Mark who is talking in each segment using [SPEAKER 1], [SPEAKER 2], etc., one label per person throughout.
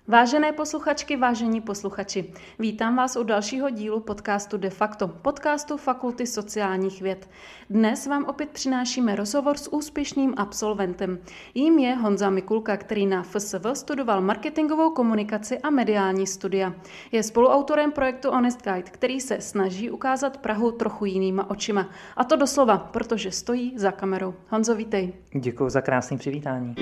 [SPEAKER 1] Vážené posluchačky, vážení posluchači, vítám vás u dalšího dílu podcastu De facto, podcastu Fakulty sociálních věd. Dnes vám opět přinášíme rozhovor s úspěšným absolventem. Jím je Honza Mikulka, který na FSV studoval marketingovou komunikaci a mediální studia. Je spoluautorem projektu Honest Guide, který se snaží ukázat Prahu trochu jinýma očima. A to doslova, protože stojí za kamerou. Honzo, vítej.
[SPEAKER 2] Děkuji za krásné přivítání.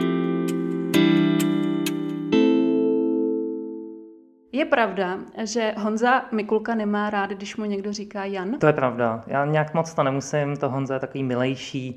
[SPEAKER 1] Je pravda, že Honza Mikulka nemá rád, když mu někdo říká Jan?
[SPEAKER 2] To je pravda. Já nějak moc to nemusím, to Honza je takový milejší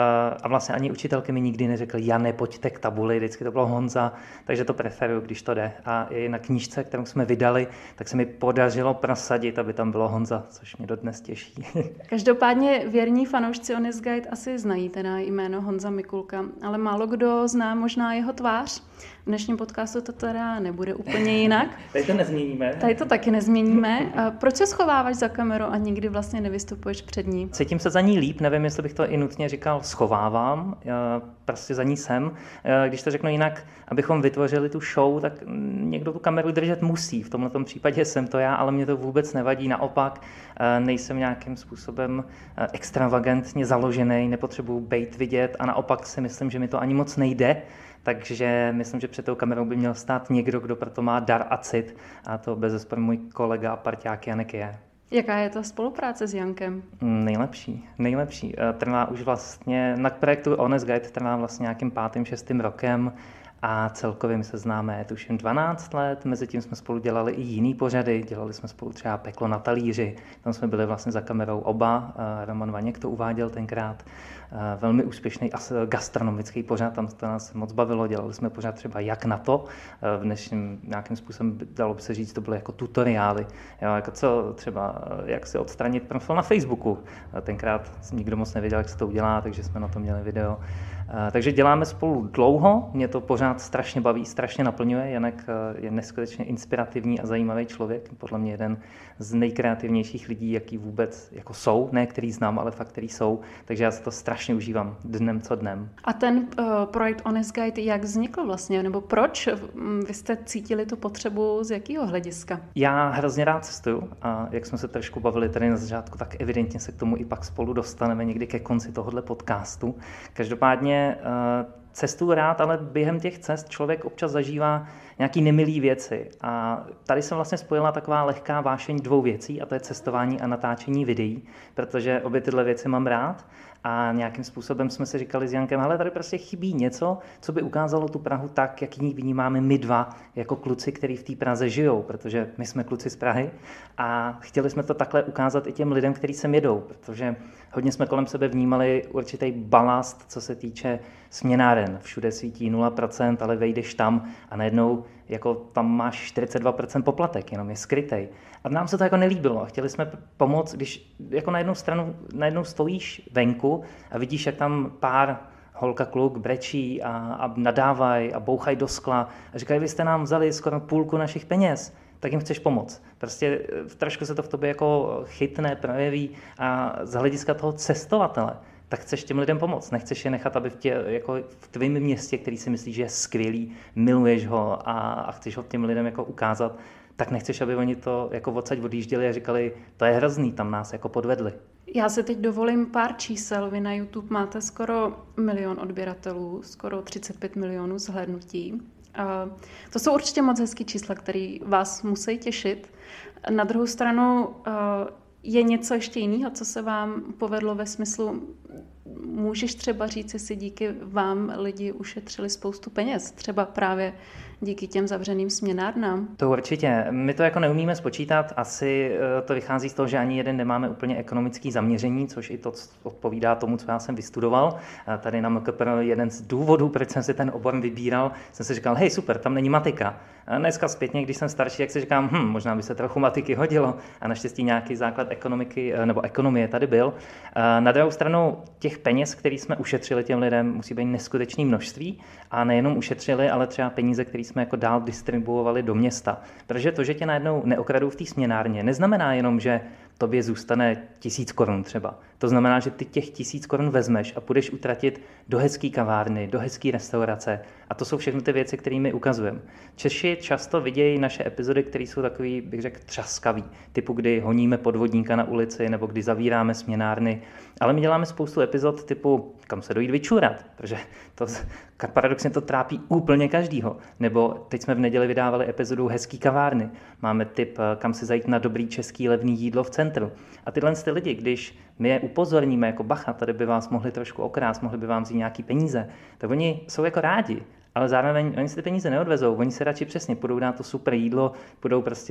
[SPEAKER 2] a vlastně ani učitelky mi nikdy neřekli Jane, pojďte k tabuli, vždycky to bylo Honza, takže to preferuju, když to jde. A i na knížce, kterou jsme vydali, tak se mi podařilo prosadit, aby tam bylo Honza, což mě dodnes těší.
[SPEAKER 1] Každopádně věrní fanoušci Honest Guide asi znají teda jméno Honza Mikulka, ale málo kdo zná možná jeho tvář. V dnešním podcastu to teda nebude úplně jinak.
[SPEAKER 2] Tady to nezměníme.
[SPEAKER 1] Tady to taky nezměníme. Proč se schováváš za kameru a nikdy vlastně nevystupuješ před ní?
[SPEAKER 2] Cítím se za ní líp, nevím, jestli bych to i nutně říkal schovávám, prostě za ní jsem. Když to řeknu jinak, abychom vytvořili tu show, tak někdo tu kameru držet musí. V tomto případě jsem to já, ale mě to vůbec nevadí. Naopak nejsem nějakým způsobem extravagantně založený, nepotřebuji být vidět a naopak si myslím, že mi to ani moc nejde. Takže myslím, že před tou kamerou by měl stát někdo, kdo proto má dar a cit, a to bezesporu můj kolega a parťák Janek je.
[SPEAKER 1] Jaká je ta spolupráce s Jankem?
[SPEAKER 2] Nejlepší. Trvá už vlastně, na projektu Honest Guide trvá vlastně nějakým 5., 6. rokem a celkově my se známe tuším 12 let, mezitím jsme spolu dělali i jiný pořady, dělali jsme spolu třeba Peklo na talíři, tam jsme byli vlastně za kamerou oba, Roman Vaněk to uváděl tenkrát, velmi úspěšný gastronomický pořad, tam to nás moc bavilo, dělali jsme pořád třeba Jak na to, v dnešním nějakým způsobem dalo by se říct, to byly jako tutoriály, jo, jako co třeba, jak si odstranit profil na Facebooku, tenkrát nikdo moc nevěděl, jak se to udělá, takže jsme na to měli video. Takže děláme spolu dlouho, mě to pořád strašně baví, strašně naplňuje. Janek je neskutečně inspirativní a zajímavý člověk, podle mě jeden z nejkreativnějších lidí, jaký vůbec jako jsou, ne který znám, ale fakt který jsou, takže já se to strašně užívám dnem co dnem.
[SPEAKER 1] A ten projekt Honest Guide, jak vznikl vlastně, nebo proč vy jste cítili tu potřebu, z jakého hlediska?
[SPEAKER 2] Já hrozně rád cestuju a jak jsme se trošku bavili tady na začátku, tak evidentně se k tomu i pak spolu dostaneme někdy ke konci tohohle podcastu. Každopádně cestuju rád, ale během těch cest člověk občas zažívá nějaký nemilý věci. A tady se vlastně spojila taková lehká vášeň dvou věcí, a to je cestování a natáčení videí, protože obě tyhle věci mám rád. A nějakým způsobem jsme si říkali s Jankem, hele, tady prostě chybí něco, co by ukázalo tu Prahu tak, jak ji vnímáme my dva, jako kluci, kteří v té Praze žijou, protože my jsme kluci z Prahy a chtěli jsme to takhle ukázat i těm lidem, kteří sem jedou, protože hodně jsme kolem sebe vnímali určitý balast, co se týče směnáren. Všude svítí 0%, ale vejdeš tam a najednou jako tam máš 42% poplatek, jenom je skrytej. A nám se to jako nelíbilo a chtěli jsme pomoct, když jako najednou stojíš venku a vidíš, jak tam pár holka, kluk brečí a nadávají a bouchají do skla a říkají, vy jste nám vzali skoro půlku našich peněz, tak jim chceš pomoct. Prostě trošku se to v tobě jako chytne, projeví a z hlediska toho cestovatele tak chceš těm lidem pomoct. Nechceš je nechat, aby jako v tvém městě, který si myslíš, že je skvělý, miluješ ho a chceš ho těm lidem jako ukázat, tak nechceš, aby oni to jako odsaď odjížděli a říkali, to je hrozný, tam nás jako podvedli.
[SPEAKER 1] Já se teď dovolím pár čísel. Vy na YouTube máte skoro 1 milion odběratelů, skoro 35 milionů zhlédnutí. To jsou určitě moc hezký čísla, které vás musí těšit. Na druhou stranu je něco ještě jiného, co se vám povedlo ve smyslu, můžeš třeba říct, jestli díky vám lidi ušetřili spoustu peněz, třeba právě díky těm zavřeným směnárnám?
[SPEAKER 2] To určitě. My to jako neumíme spočítat. Asi to vychází z toho, že ani jeden nemáme úplně ekonomické zaměření, což i to odpovídá tomu, co já jsem vystudoval. Tady na MKPR jeden z důvodů, proč jsem si ten obor vybíral, jsem si říkal, hej, super, tam není matika. A dneska zpětně, když jsem starší, jak si říkám, možná by se trochu matiky hodilo. A naštěstí nějaký základ ekonomiky nebo ekonomie tady byl. Na druhou stranu těch peněz, které jsme ušetřili těm lidem, musí být neskutečné množství. A nejenom ušetřili, ale třeba peníze, které jsme jako dál distribuovali do města. Protože to, že tě najednou neokradou v té směnárně, neznamená jenom, že tobě zůstane 1000 korun třeba. To znamená, že ty těch 1000 korun vezmeš a půjdeš utratit do hezký kavárny, do hezký restaurace. A to jsou všechny ty věci, které my ukazujeme. Češi často vidějí naše epizody, které jsou takový, bych řekl, třaskavý. Typu, kdy honíme podvodníka na ulici nebo kdy zavíráme směnárny. Ale my děláme spoustu epizod typu, kam se dojít vyčůrat, protože to paradoxně to trápí úplně každýho. Nebo teď jsme v neděli vydávali epizodu Hezký kavárny. Máme tip, kam si zajít na dobrý český levný jídlo v centru. A tyhle lidi, když my je upozorníme jako bacha, tady by vás mohli trošku okrást, mohli by vám vzít nějaký peníze, tak oni jsou jako rádi. Ale zároveň oni si ty peníze neodvezou, oni si radši přesně půjdou dát to super jídlo, půjdou prostě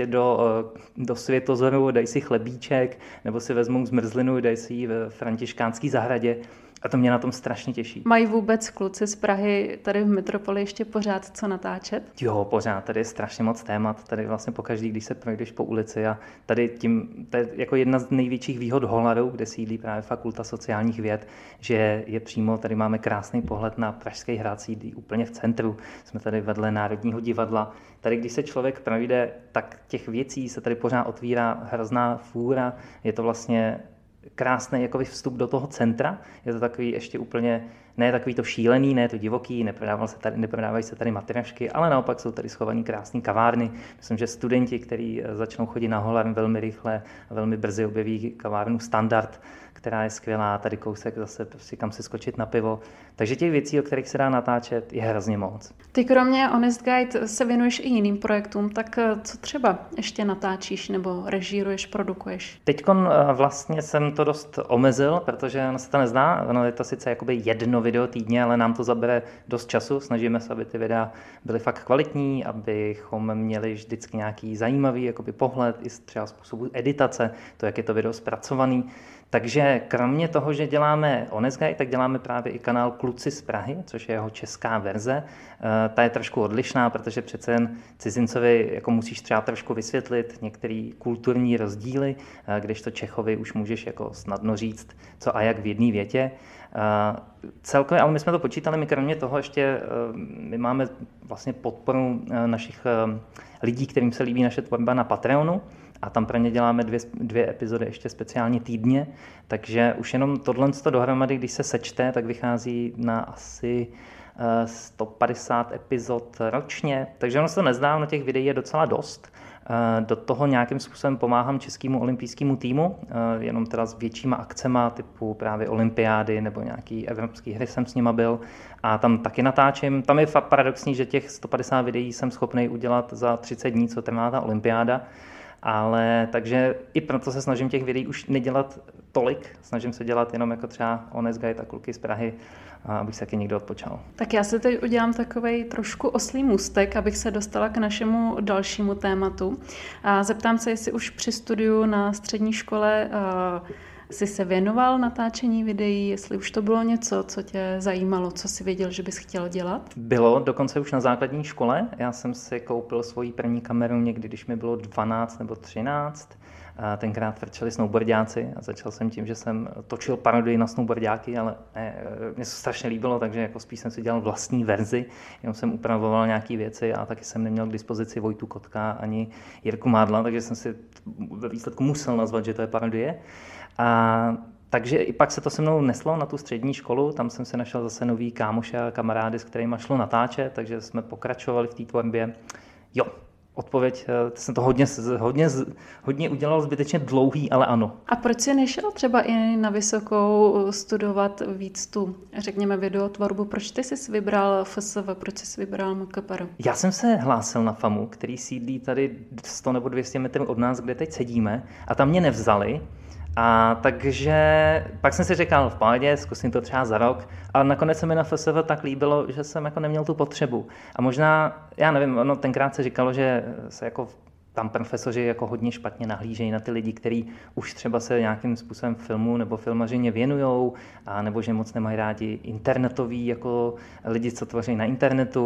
[SPEAKER 2] do Světozoru, dají si chlebíček, nebo si vezmou zmrzlinu, dají si ji v františkánské zahradě. A to mě na tom strašně těší.
[SPEAKER 1] Mají vůbec kluci z Prahy tady v metropoli ještě pořád co natáčet?
[SPEAKER 2] Jo, pořád. Tady je strašně moc témat. Tady vlastně pokaždý, když se projdeš po ulici a tady to je jako jedna z největších výhod Holadu, kde sídlí právě Fakulta sociálních věd, že je přímo, tady máme krásný pohled na Pražský hrad, sídlí úplně v centru. Jsme tady vedle Národního divadla. Tady, když se člověk projde, tak těch věcí se tady pořád otvírá hrozná fůra. Je to vlastně krásný jakoby vstup do toho centra. Je to takový ještě úplně, ne takový to šílený, ne to divoký, neprodávají se tady matriošky, ale naopak jsou tady schovaný krásný kavárny. Myslím, že studenti, kteří začnou chodit na Holarn velmi rychle, velmi brzy objeví kavárnu Standard, která je skvělá, tady kousek zase prostě kam si skočit na pivo. Takže těch věcí, o kterých se dá natáčet, je hrozně moc.
[SPEAKER 1] Ty kromě Honest Guide se věnuješ i jiným projektům, tak co třeba ještě natáčíš nebo režíruješ, produkuješ?
[SPEAKER 2] Teďkon vlastně jsem to dost omezil, protože ono se to nezná, ono je to sice jakoby jedno video týdně, ale nám to zabere dost času, snažíme se, aby ty videa byly fakt kvalitní, abychom měli vždycky nějaký zajímavý jakoby pohled i třeba způsobu editace, to, jak je to video zpracovaný. Takže kromě toho, že děláme Honest Guide, tak děláme právě i kanál Kluci z Prahy, což je jeho česká verze. Ta je trošku odlišná, protože přece jen cizincovi jako musíš třeba trošku vysvětlit některé kulturní rozdíly, kdežto Čechovi už můžeš jako snadno říct, co a jak v jedné větě. Celkově, ale my jsme to počítali, my kromě toho ještě my máme vlastně podporu našich lidí, kterým se líbí naše tvorba na Patreonu. A tam pro ně děláme dvě epizody ještě speciálně týdně, takže už jenom tohle dohromady, když se sečte, tak vychází na asi 150 epizod ročně, takže ono se to nezdá, ono těch videí je docela dost. Do toho nějakým způsobem pomáhám českému olympijskému týmu, jenom teda s většíma akcema typu právě olympiády nebo nějaký evropský hry jsem s nima byl a tam taky natáčím. Tam je fakt paradoxní, že těch 150 videí jsem schopný udělat za 30 dní, co trvá ta olympiáda. Ale takže i proto se snažím těch videí už nedělat tolik, snažím se dělat jenom jako třeba Honest Guide a Kluky z Prahy, abych se taky někdo odpočal.
[SPEAKER 1] Tak já si teď udělám takovej trošku oslý můstek, abych se dostala k našemu dalšímu tématu. A zeptám se, jestli už při studiu na střední škole jsi se věnoval natáčení videí, jestli už to bylo něco, co tě zajímalo, co jsi věděl, že bys chtěl dělat?
[SPEAKER 2] Bylo, dokonce už na základní škole. Já jsem si koupil svoji první kameru někdy, když mi bylo 12 nebo 13. Tenkrát vrčeli snowboardáci a začal jsem tím, že jsem točil parodii na snowboardáky, ale ne, mě se strašně líbilo, takže jako spíš jsem si dělal vlastní verzi, jenom jsem upravoval nějaké věci a taky jsem neměl k dispozici Vojtu Kotka ani Jirku Mádla, takže jsem si ve výsledku musel nazvat, že to je parodie. Takže i pak se to se mnou neslo na tu střední školu, tam jsem si našel zase nový kámoše a kamarády, s kterými šlo natáčet, takže jsme pokračovali v té tvorbě. Jo, odpověď, jsem to hodně udělal zbytečně dlouhý, ale ano.
[SPEAKER 1] A proč jsi nešel třeba i na vysokou studovat víc tu, řekněme, videotvorbu? Proč ty jsi vybral FSV, proč jsi vybral MKPR?
[SPEAKER 2] Já jsem se hlásil na FAMu, který sídlí tady 100 nebo 200 metrů od nás, kde teď sedíme, a tam mě nevzali. A takže pak jsem si říkal, v pohodě, zkusím to třeba za rok, ale nakonec se mi na FSV tak líbilo, že jsem jako neměl tu potřebu. A možná, já nevím, ono tenkrát se říkalo, že se jako tam profesoři jako hodně špatně nahlížejí na ty lidi, kteří už třeba se nějakým způsobem filmu nebo filmařině věnujou, a nebo že moc nemají rádi internetový jako lidi, co tvoří na internetu.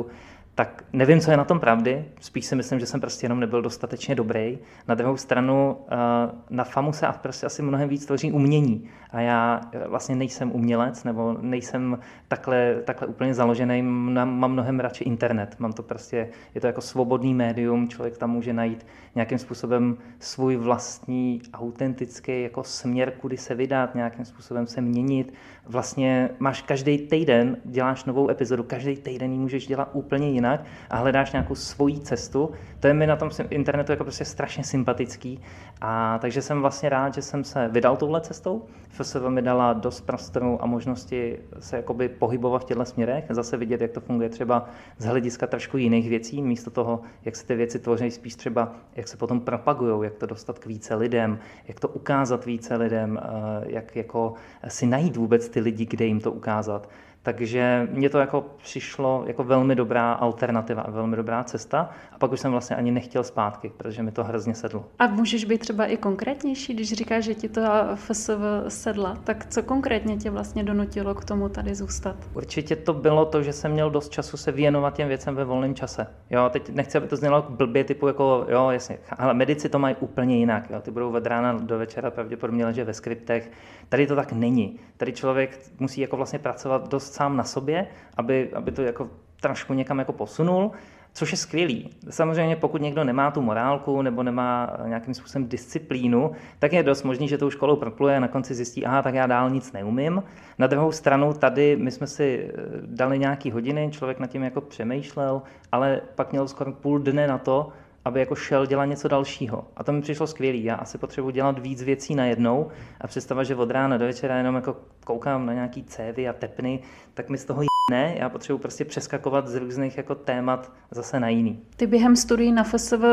[SPEAKER 2] tak nevím, co je na tom pravdy. Spíš si myslím, že jsem prostě jenom nebyl dostatečně dobrý. Na druhou stranu na FAMu se prostě asi mnohem víc tvoří umění. A já vlastně nejsem umělec, nebo nejsem takhle úplně založený. Mám mnohem radši internet. Mám to prostě, je to jako svobodný médium, člověk tam může najít nějakým způsobem svůj vlastní autentický jako směr, kudy se vydat, nějakým způsobem se měnit. Vlastně máš každý týden, děláš novou epizodu, každý týden ji můžeš dělat úplně jinak a hledáš nějakou svoji cestu. To je mi na tom internetu jako prostě strašně sympatický. A takže jsem vlastně rád, že jsem se vydal touhle cestou. FSV mi dala dost prostoru a možnosti se jakoby pohybovat v těchto směrech, zase vidět, jak to funguje třeba z hlediska trošku jiných věcí, místo toho, jak se ty věci tvoří, spíš třeba, jak se potom propagujou, jak to dostat k více lidem, jak to ukázat více lidem, jak jako si najít vůbec ty lidi, kde jim to ukázat. Takže mně to jako přišlo jako velmi dobrá alternativa a velmi dobrá cesta a pak už jsem vlastně ani nechtěl zpátky, protože mi to hrozně sedlo.
[SPEAKER 1] A můžeš být třeba i konkrétnější, když říkáš, že ti to FSV sedla, tak co konkrétně tě vlastně donutilo k tomu tady zůstat?
[SPEAKER 2] Určitě to bylo to, že jsem měl dost času se věnovat těm věcem ve volném čase. Jo, teď nechci, aby to znělo blbě typu jako, jo, jasně, ale medici to mají úplně jinak, jo, ty budou od rána do večera pravděpodobně ležet ve skriptech. Tady to tak není. Tady člověk musí jako vlastně pracovat dost sám na sobě, aby to jako trošku někam jako posunul, což je skvělý. Samozřejmě pokud někdo nemá tu morálku nebo nemá nějakým způsobem disciplínu, tak je dost možný, že tou školou propluje a na konci zjistí, aha, tak já dál nic neumím. Na druhou stranu tady my jsme si dali nějaký hodiny, člověk nad tím jako přemýšlel, ale pak měl skoro půl dne na to, aby jako šel dělat něco dalšího. A to mi přišlo skvělý. Já asi potřebuji dělat víc věcí najednou a představa, že od rána do večera jenom jako koukám na nějaký cévy a tepny, tak mi z toho ne, já potřebuji prostě přeskakovat z různých jako témat zase na jiný.
[SPEAKER 1] Ty během studií na FSV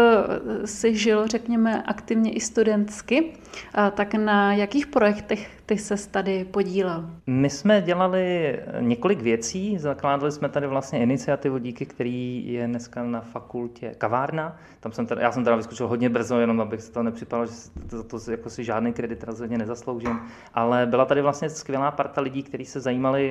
[SPEAKER 1] si žil, řekněme, aktivně i studentsky, tak na jakých projektech ty ses tady podílel?
[SPEAKER 2] My jsme dělali několik věcí, zakládali jsme tady vlastně iniciativu, díky který je dneska na fakultě kavárna. Já jsem teda vyskočil hodně brzo, jenom abych si to nepřipadal, že to jako si žádný kredit rozhodně nezasloužím, ale byla tady vlastně skvělá parta lidí, kteří se zajímali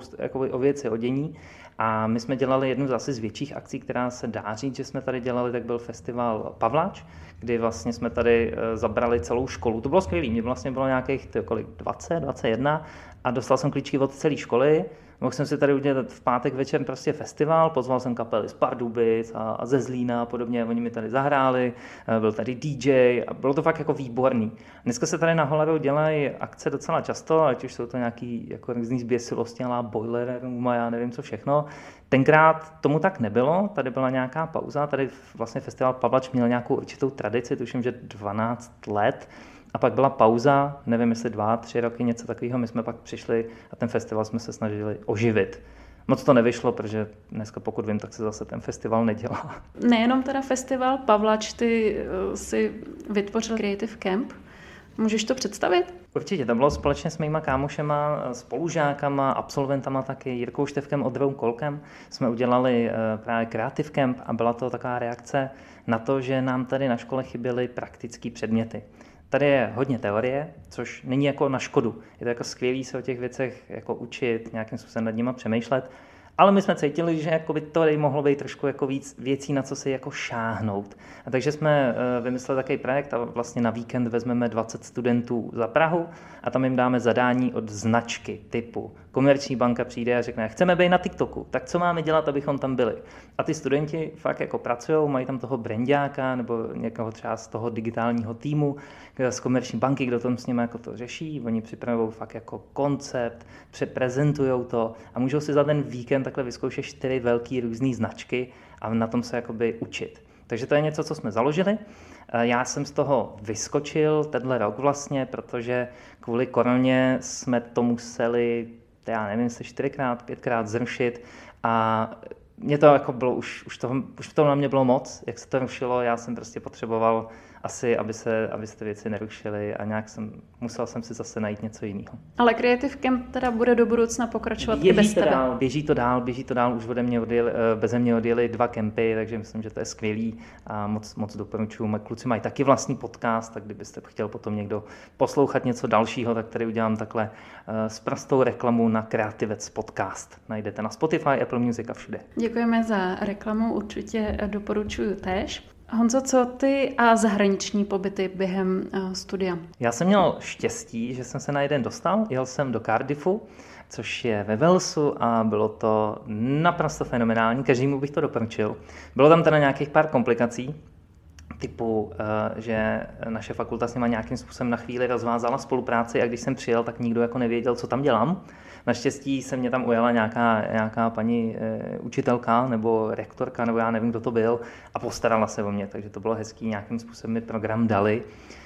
[SPEAKER 2] o věci, o dění. A my jsme dělali jednu zase z větších akcí, která se dá říct, že jsme tady dělali, tak byl festival Pavlač, kdy vlastně jsme tady zabrali celou školu. To bylo skvělé, mě vlastně bylo nějakých 20, 21 a dostal jsem klíčky od celé školy. Mohl jsem si tady udělat v pátek večer prostě festival, pozval jsem kapely z Pardubic a ze Zlína a podobně, oni mi tady zahráli, byl tady DJ a bylo to fakt jako výborný. Dneska se tady na Holaru dělají akce docela často, ať už jsou to nějaký jako různý zběsilosti, ale Boiler Room a já nevím co všechno. Tenkrát tomu tak nebylo, tady byla nějaká pauza, tady vlastně festival Pavlač měl nějakou určitou tradici, tuším, že 12 let. A pak byla pauza, nevím jestli 2-3 roky, něco takového, my jsme pak přišli a ten festival jsme se snažili oživit. Moc to nevyšlo, protože dneska, pokud vím, tak se zase ten festival nedělá.
[SPEAKER 1] Nejenom teda festival Pavlač, ty si vytvořil Creative Camp. Můžeš to představit?
[SPEAKER 2] Určitě, to bylo společně s mýma kámošema, spolužákama, absolventama taky, Jirkou Števkem, Ondrou Kolkem. Jsme udělali právě Creative Camp a byla to taková reakce na to, že nám tady na škole chyběly praktické předměty. Tady je hodně teorie, což není jako na škodu. Je to jako skvělý se o těch věcech jako učit, nějakým způsobem nad nimi přemýšlet. Ale my jsme cítili, že jako by to mohlo být trošku jako víc věcí, na co si jako šáhnout. A takže jsme vymysleli takový projekt a vlastně na víkend vezmeme 20 studentů za Prahu a tam jim dáme zadání od značky typu Komerční banka přijde a řekne, chceme být na TikToku, tak co máme dělat, abychom tam byli. A ty studenti fakt jako pracujou, mají tam toho brandáka nebo někoho třeba z toho digitálního týmu z Komerční banky, kdo tam s nimi jako to řeší, oni připravují fakt jako koncept, přeprezentujou to a můžou si za ten víkend takhle vyzkoušet 4 velké různé značky a na tom se jakoby učit. Takže to je něco, co jsme založili. Já jsem z toho vyskočil tenhle rok vlastně, protože kvůli koroně jsme to museli, já nevím, 4x, 5x zrušit a mě to jako bylo, už to na mě bylo moc, jak se to rušilo, já jsem prostě potřeboval, asi, aby se ty věci nerušily a musel jsem si zase najít něco jiného.
[SPEAKER 1] Ale Creative Camp teda bude do budoucna pokračovat i bez tebe.
[SPEAKER 2] Běží to dál, už beze mě odjeli 2 kempy, takže myslím, že to je skvělý a moc doporučuji. Moji kluci mají taky vlastní podcast, tak kdybyste chtěl potom někdo poslouchat něco dalšího, tak tady udělám takhle s prostou reklamu na Kreativec podcast. Najdete na Spotify, Apple Music a všude.
[SPEAKER 1] Děkujeme za reklamu, určitě doporučuji též. Honzo, co ty a zahraniční pobyty během studia?
[SPEAKER 2] Já jsem měl štěstí, že jsem se na jeden dostal. Jel jsem do Cardiffu, což je ve Walesu a bylo to naprosto fenomenální. Každému bych to doporučil. Bylo tam teda nějakých pár komplikací, typu, že naše fakulta s nima nějakým způsobem na chvíli rozvázala spolupráci a když jsem přijel, tak nikdo jako nevěděl, co tam dělám. Naštěstí se mě tam ujala nějaká paní učitelka nebo rektorka, nebo já nevím, kdo to byl, a postarala se o mě, takže to bylo hezký, nějakým způsobem mi program dali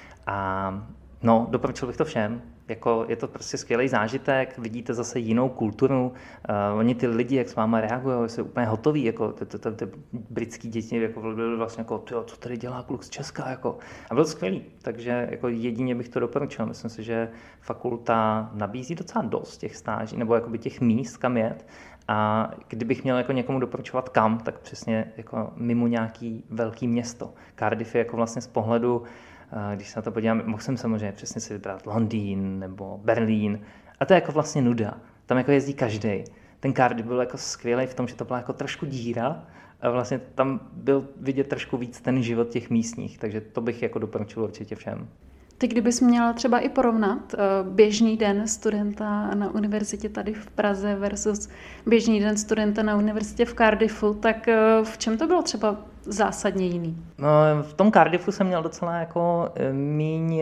[SPEAKER 2] a doporučil bych to všem. Jako, je to prostě skvělý zážitek, vidíte zase jinou kulturu, oni ty lidi, jak s váma reagují, jsou úplně hotoví, jako ty britský děti jako byly vlastně jako, co tady dělá kluk z Česka, jako. A bylo to skvělý, takže jako jedině bych to doporučil. Myslím si, že fakulta nabízí docela dost těch stáží, nebo jakoby těch míst, kam jet. A kdybych měl jako někomu doporučovat kam, tak přesně jako mimo nějaký velký město. Cardiff je jako vlastně z pohledu, když se na to podívám, mohl jsem samozřejmě přesně si vybrat Londýn nebo Berlín. A to je jako vlastně nuda. Tam jako jezdí každej. Ten Cardiff byl jako skvělý v tom, že to byla jako trošku díra a vlastně tam byl vidět trošku víc ten život těch místních. Takže to bych jako doporučil určitě všem.
[SPEAKER 1] Ty kdybys měla třeba i porovnat běžný den studenta na univerzitě tady v Praze versus běžný den studenta na univerzitě v Cardiffu, tak v čem to bylo třeba zásadně jiný?
[SPEAKER 2] No, v tom Cardiffu jsem měl docela jako míň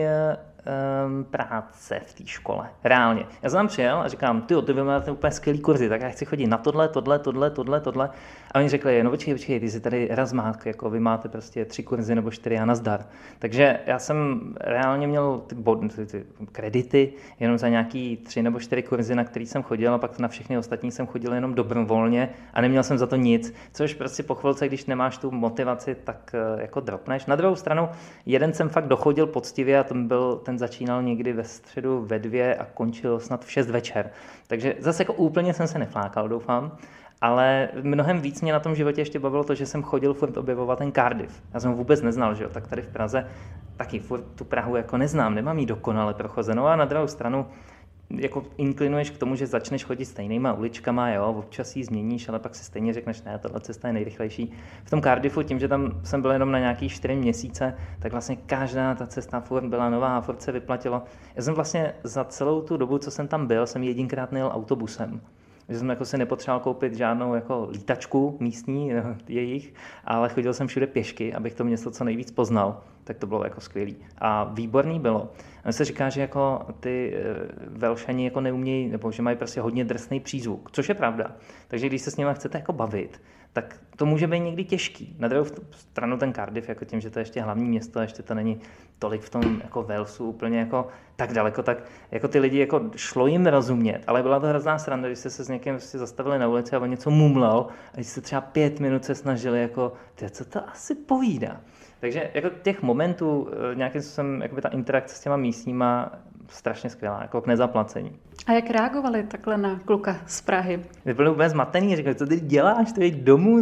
[SPEAKER 2] práce v té škole. Reálně. Já jsem tam přijel a říkám, ty máte úplně skvělý kurzy, tak já chci chodit na tohle. A oni řekli, no počkej, ty jsi tady razmák, jako vy máte prostě 3 kurzy nebo 4 a nazdar. Takže já jsem reálně měl ty kredity jenom za nějaký 3 nebo 4 kurzy, na který jsem chodil, a pak na všechny ostatní jsem chodil jenom dobrovolně a neměl jsem za to nic, což prostě po chvilce, když nemáš tu motivaci, tak jako dropneš. Na druhou stranu, jeden jsem fakt dochodil poctivě a ten začínal někdy ve středu ve 2 a končil snad v 6 večer. Takže zase jako úplně jsem se neflákal, doufám. Ale mnohem víc mě na tom životě ještě bavilo to, že jsem chodil furt objevovat ten Cardiff. Já jsem ho vůbec neznal, že jo? Tak tady v Praze taky furt tu Prahu jako neznám, nemám ji dokonale prochozenou a na druhou stranu jako inklinuješ k tomu, že začneš chodit stejnýma uličkama, jo, občas ji změníš, ale pak si stejně řekneš, ne, tahle cesta je nejrychlejší. V tom Cardiffu, tím, že tam jsem byl jenom na nějaký 4 měsíce, tak vlastně každá ta cesta furt byla nová a furt se vyplatilo. Já jsem vlastně za celou tu dobu, co jsem tam byl, jsem jedinkrát nejel autobusem. Že jsem jako si nepotřeboval koupit žádnou jako lítačku místní jejich, ale chodil jsem všude pěšky, abych to město co nejvíc poznal. Tak to bylo jako skvělý. A výborný bylo. A se říká, že jako ty Velšani jako neumějí, nebo že mají prostě hodně drsný přízvuk, což je pravda. Takže když se s nimi chcete jako bavit, tak to může být někdy těžký. Na druhou stranu ten Cardiff, jako tím, že to je ještě hlavní město, ještě to není tolik v tom jako Walesu úplně jako tak daleko, tak jako ty lidi jako šlo jim rozumět, ale byla to hrozná sranda, když jste se s někým prostě zastavili na ulici a on něco mumlal a když se třeba 5 minut se snažili jako, co to asi povídá. Takže jako těch momentů nějakým způsobem jakoby ta interakce s těma místníma strašně skvělá, jako k nezaplacení.
[SPEAKER 1] A jak reagovali takhle na kluka z Prahy?
[SPEAKER 2] Byli úplně zmatený, říkali, co ty děláš, ty jď domů,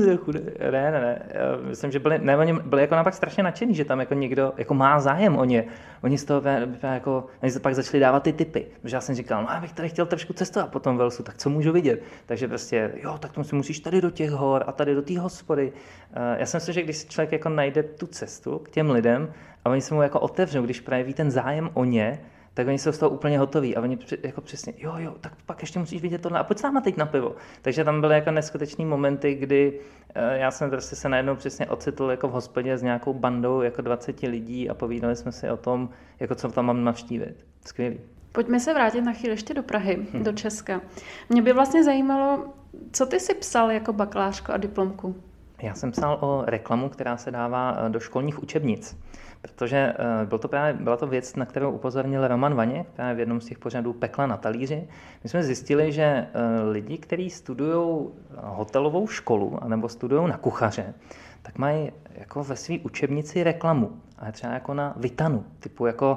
[SPEAKER 2] ne. Myslím, že oni byli jako napak strašně nadšený, že tam jako někdo jako má zájem o ně. Oni z toho jako, oni se pak začali dávat ty tipy, protože já jsem říkal, no já bych tady chtěl trošku cestovat po tom Walesu, tak co můžu vidět? Takže prostě, jo, tak to musíš tady do těch hor a tady do té hospody. Já si myslím, že když si člověk jako najde tu cestu k těm lidem a oni se mu jako otevřou, když projeví ten zájem o ně, tak oni jsou z toho úplně hotoví a oni jako přesně, jo, tak pak ještě musíš vidět tohle a pojď s náma teď na pivo. Takže tam byly jako neskutečný momenty, kdy já jsem prostě se najednou přesně ocitl jako v hospodě s nějakou bandou jako 20 lidí a povídali jsme si o tom, jako co tam mám navštívit. Skvělý.
[SPEAKER 1] Pojďme se vrátit na chvíli ještě do Prahy, do Česka. Mě by vlastně zajímalo, co ty jsi psal jako bakalářku a diplomku?
[SPEAKER 2] Já jsem psal o reklamu, která se dává do školních učebnic, protože byla to věc, na kterou upozornil Roman Vaněk právě v jednom z těch pořadů Pekla na talíři. My jsme zjistili, že lidi, kteří studují hotelovou školu anebo studují na kuchaře, tak mají jako ve své učebnici reklamu, ale třeba jako na Vitanu, typu jako,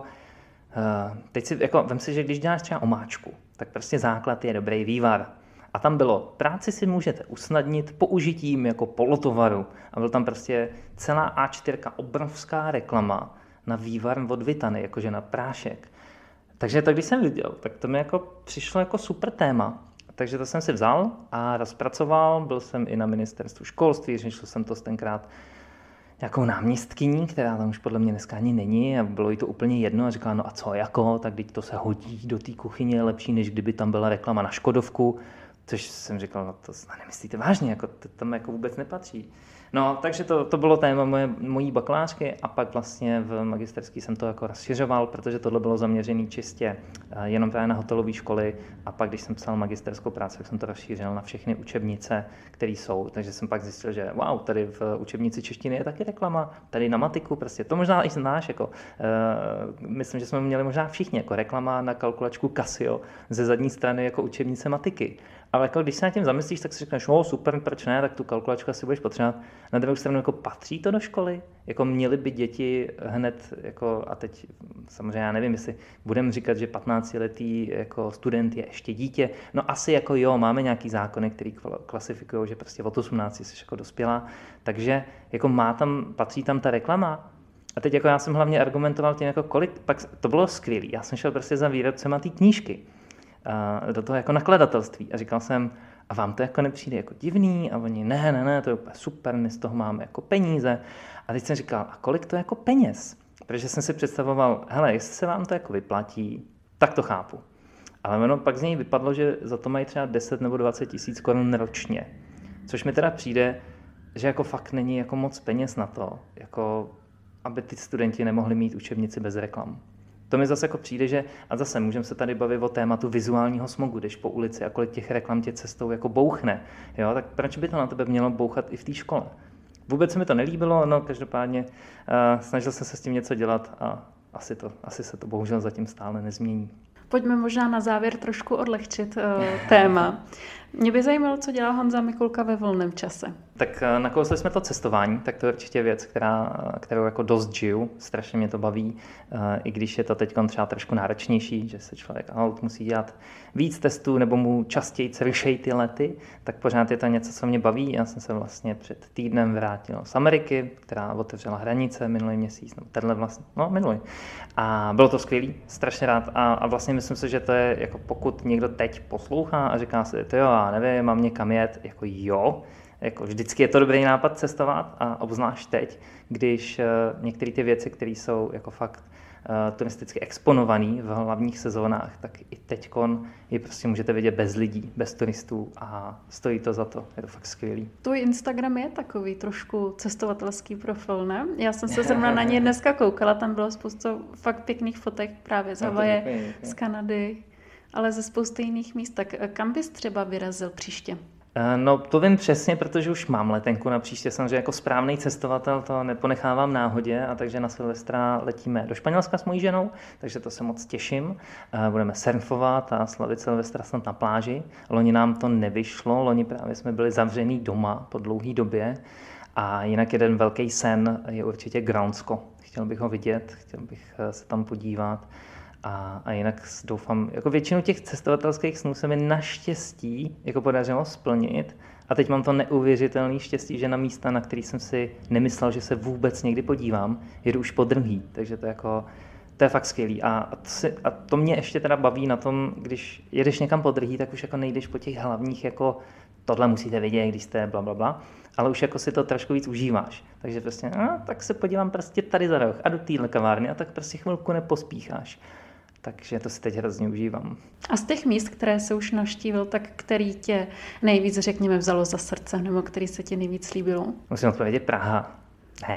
[SPEAKER 2] teď si, jako, vem si, že když děláš třeba omáčku, tak prostě základ je dobrý vývar. A tam bylo, práci si můžete usnadnit použitím jako polotovaru. A byl tam prostě celá A4, obrovská reklama na vývar od Vitany, jakože na prášek. Takže to, když jsem viděl, tak to mi jako přišlo jako super téma. Takže to jsem si vzal a rozpracoval, byl jsem i na ministerstvu školství, řešil jsem to tenkrát nějakou náměstkyní, která tam už podle mě dneska ani není a bylo jí to úplně jedno a říkala, no a co jako, tak teď to se hodí do té kuchyně, je lepší, než kdyby tam byla reklama na Škodovku. Což jsem říkal, no to nemyslíte vážně, jako to tam jako vůbec nepatří. No, takže to bylo téma mojí bakalářky a pak vlastně v magisterský jsem to jako rozšiřoval, protože tohle bylo zaměřené čistě jenom právě na hotelové školy a pak, když jsem psal magisterskou práci, tak jsem to rozšířil na všechny učebnice, které jsou. Takže jsem pak zjistil, že wow, tady v učebnici češtiny je taky reklama, tady na matiku, prostě to možná i znáš, jako myslím, že jsme měli možná všichni, jako reklama na kalkulačku Casio ze zadní strany jako učebnice matiky. Ale jako když se nad tím zamyslíš, tak si řekneš, super, proč ne, tak tu kalkulačku asi budeš potřebovat. Na druhou stranu, jako patří to do školy? Jako měly by děti hned, jako, a teď samozřejmě já nevím, jestli budeme říkat, že 15letý jako student je ještě dítě. No asi jako jo, máme nějaký zákony, který klasifikují, že prostě od 18 jsi jako dospělá. Takže jako patří tam ta reklama? A teď jako já jsem hlavně argumentoval tím, jako kolik, pak to bylo skvělý. Já jsem šel prostě za výrobcema té knížky. Do toho jako nakladatelství a říkal jsem, a vám to jako nepřijde jako divný? A oni, ne, to je úplně super, my z toho máme jako peníze. A teď jsem říkal, a kolik to je jako peněz? Protože jsem si představoval, hele, jestli se vám to jako vyplatí, tak to chápu. Ale ono pak z něj vypadlo, že za to mají třeba 10 nebo 20 tisíc korun ročně. Což mi teda přijde, že jako fakt není jako moc peněz na to, jako aby ty studenti nemohli mít učebnici bez reklam. To mi zase jako přijde, že, a zase můžeme se tady bavit o tématu vizuálního smogu, jdeš po ulici a kolik těch reklam tě cestou jako bouchne, jo, tak proč by to na tebe mělo bouchat i v té škole? Vůbec se mi to nelíbilo, no každopádně snažil jsem se s tím něco dělat a asi se to bohužel zatím stále nezmění.
[SPEAKER 1] Pojďme možná na závěr trošku odlehčit téma. Mě by zajímalo, co dělá Honza Mikulka ve volném čase.
[SPEAKER 2] Tak nakousli jsme to cestování, tak to je určitě věc, kterou jako dost žiju, strašně mě to baví, i když je to teď třeba trošku náročnější, že se člověk musí dělat víc testů nebo mu častěji rušejí ty lety, tak pořád je to něco, co mě baví. Já jsem se vlastně před týdnem vrátil z Ameriky, která otevřela hranice minulý měsíc, minulý. A bylo to skvělý, strašně rád a vlastně myslím si, že to je, jako pokud někdo teď poslouchá a říká si, to jo, já nevím, mám někam jet, jako jo, jako vždycky je to dobrý nápad cestovat a obzvlášť teď, když některé ty věci, které jsou jako fakt turisticky exponovaný v hlavních sezónách, tak i teďkon je prostě můžete vidět bez lidí, bez turistů a stojí to za to. Je to fakt skvělý.
[SPEAKER 1] Tvůj Instagram je takový trošku cestovatelský profil, ne? Já jsem se zrovna na něj dneska koukala, tam bylo spoustu fakt pěkných fotek právě z Havaje, z Kanady, ale ze spousty jiných míst. Tak kam bys třeba vyrazil příště?
[SPEAKER 2] No to vím přesně, protože už mám letenku na příště, samozřejmě jako správný cestovatel to neponechávám náhodě a takže na Silvestra letíme do Španělska s mojí ženou, takže to se moc těším. Budeme surfovat a slavit Silvestra snad na pláži. Loni nám to nevyšlo, loni právě jsme byli zavřený doma po dlouhé době a jinak jeden velký sen je určitě Grónsko. Chtěl bych ho vidět, chtěl bych se tam podívat. A jinak doufám, jako většinu těch cestovatelských snů se mi naštěstí jako podařilo splnit a teď mám to neuvěřitelné štěstí, že na místa, na který jsem si nemyslel, že se vůbec někdy podívám, jedu už po druhý, takže to je fakt skvělý a to mě ještě teda baví na tom, když jedeš někam po druhý, tak už jako nejdeš po těch hlavních jako tohle musíte vidět, když jste blablabla, ale už jako si to trošku víc užíváš. Takže prostě, tak se podívám prostě tady za roh a do téhle kavárny a tak prostě chvilku nepospícháš. Takže to si teď hrozně užívám.
[SPEAKER 1] A z těch míst, které se už navštívil, tak který tě nejvíc, řekněme, vzalo za srdce, nebo který se ti nejvíc líbilo?
[SPEAKER 2] Musím odpovědět Praha. Ne.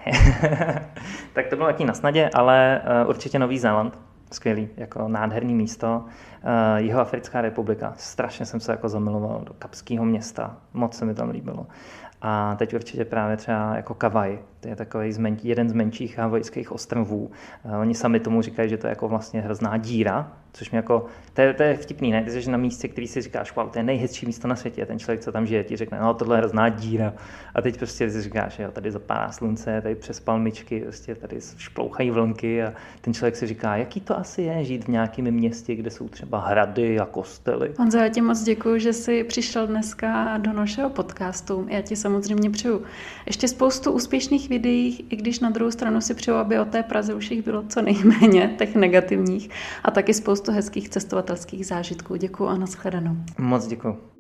[SPEAKER 2] Tak to bylo taky na snadě, ale určitě Nový Zéland. Skvělý, jako nádherný místo. Jihoafrická republika. Strašně jsem se jako zamiloval do Kapského města. Moc se mi tam líbilo. A teď určitě právě třeba jako Kavaj, to je takový jeden z menších havajských ostrovů. Oni sami tomu říkají, že to je jako vlastně hrozná díra, což mě jako, to je vtipný, ne? Ty jsi na místě, který si říkáš, wow, to je nejhezčí místo na světě, a ten člověk, co tam žije, ti řekne, no tohle je hrozná díra. A teď prostě si říkáš, jo, tady zapadá slunce, tady přes palmičky, prostě tady šplouchají vlnky a ten člověk si říká, jaký to asi je žít v nějakém městě, kde jsou třeba hrady a kostely.
[SPEAKER 1] Honzo, já ti moc děkuji, že jsi přišel dneska do našeho podcastu. Já ti samozřejmě přeju ještě spoustu úspěšných videí, i když na druhou stranu si přeju, aby o té Praze už jich bylo co nejméně, těch negativních, a taky spoustu hezkých cestovatelských zážitků. Děkuji a nashledanou.
[SPEAKER 2] Moc děkuji.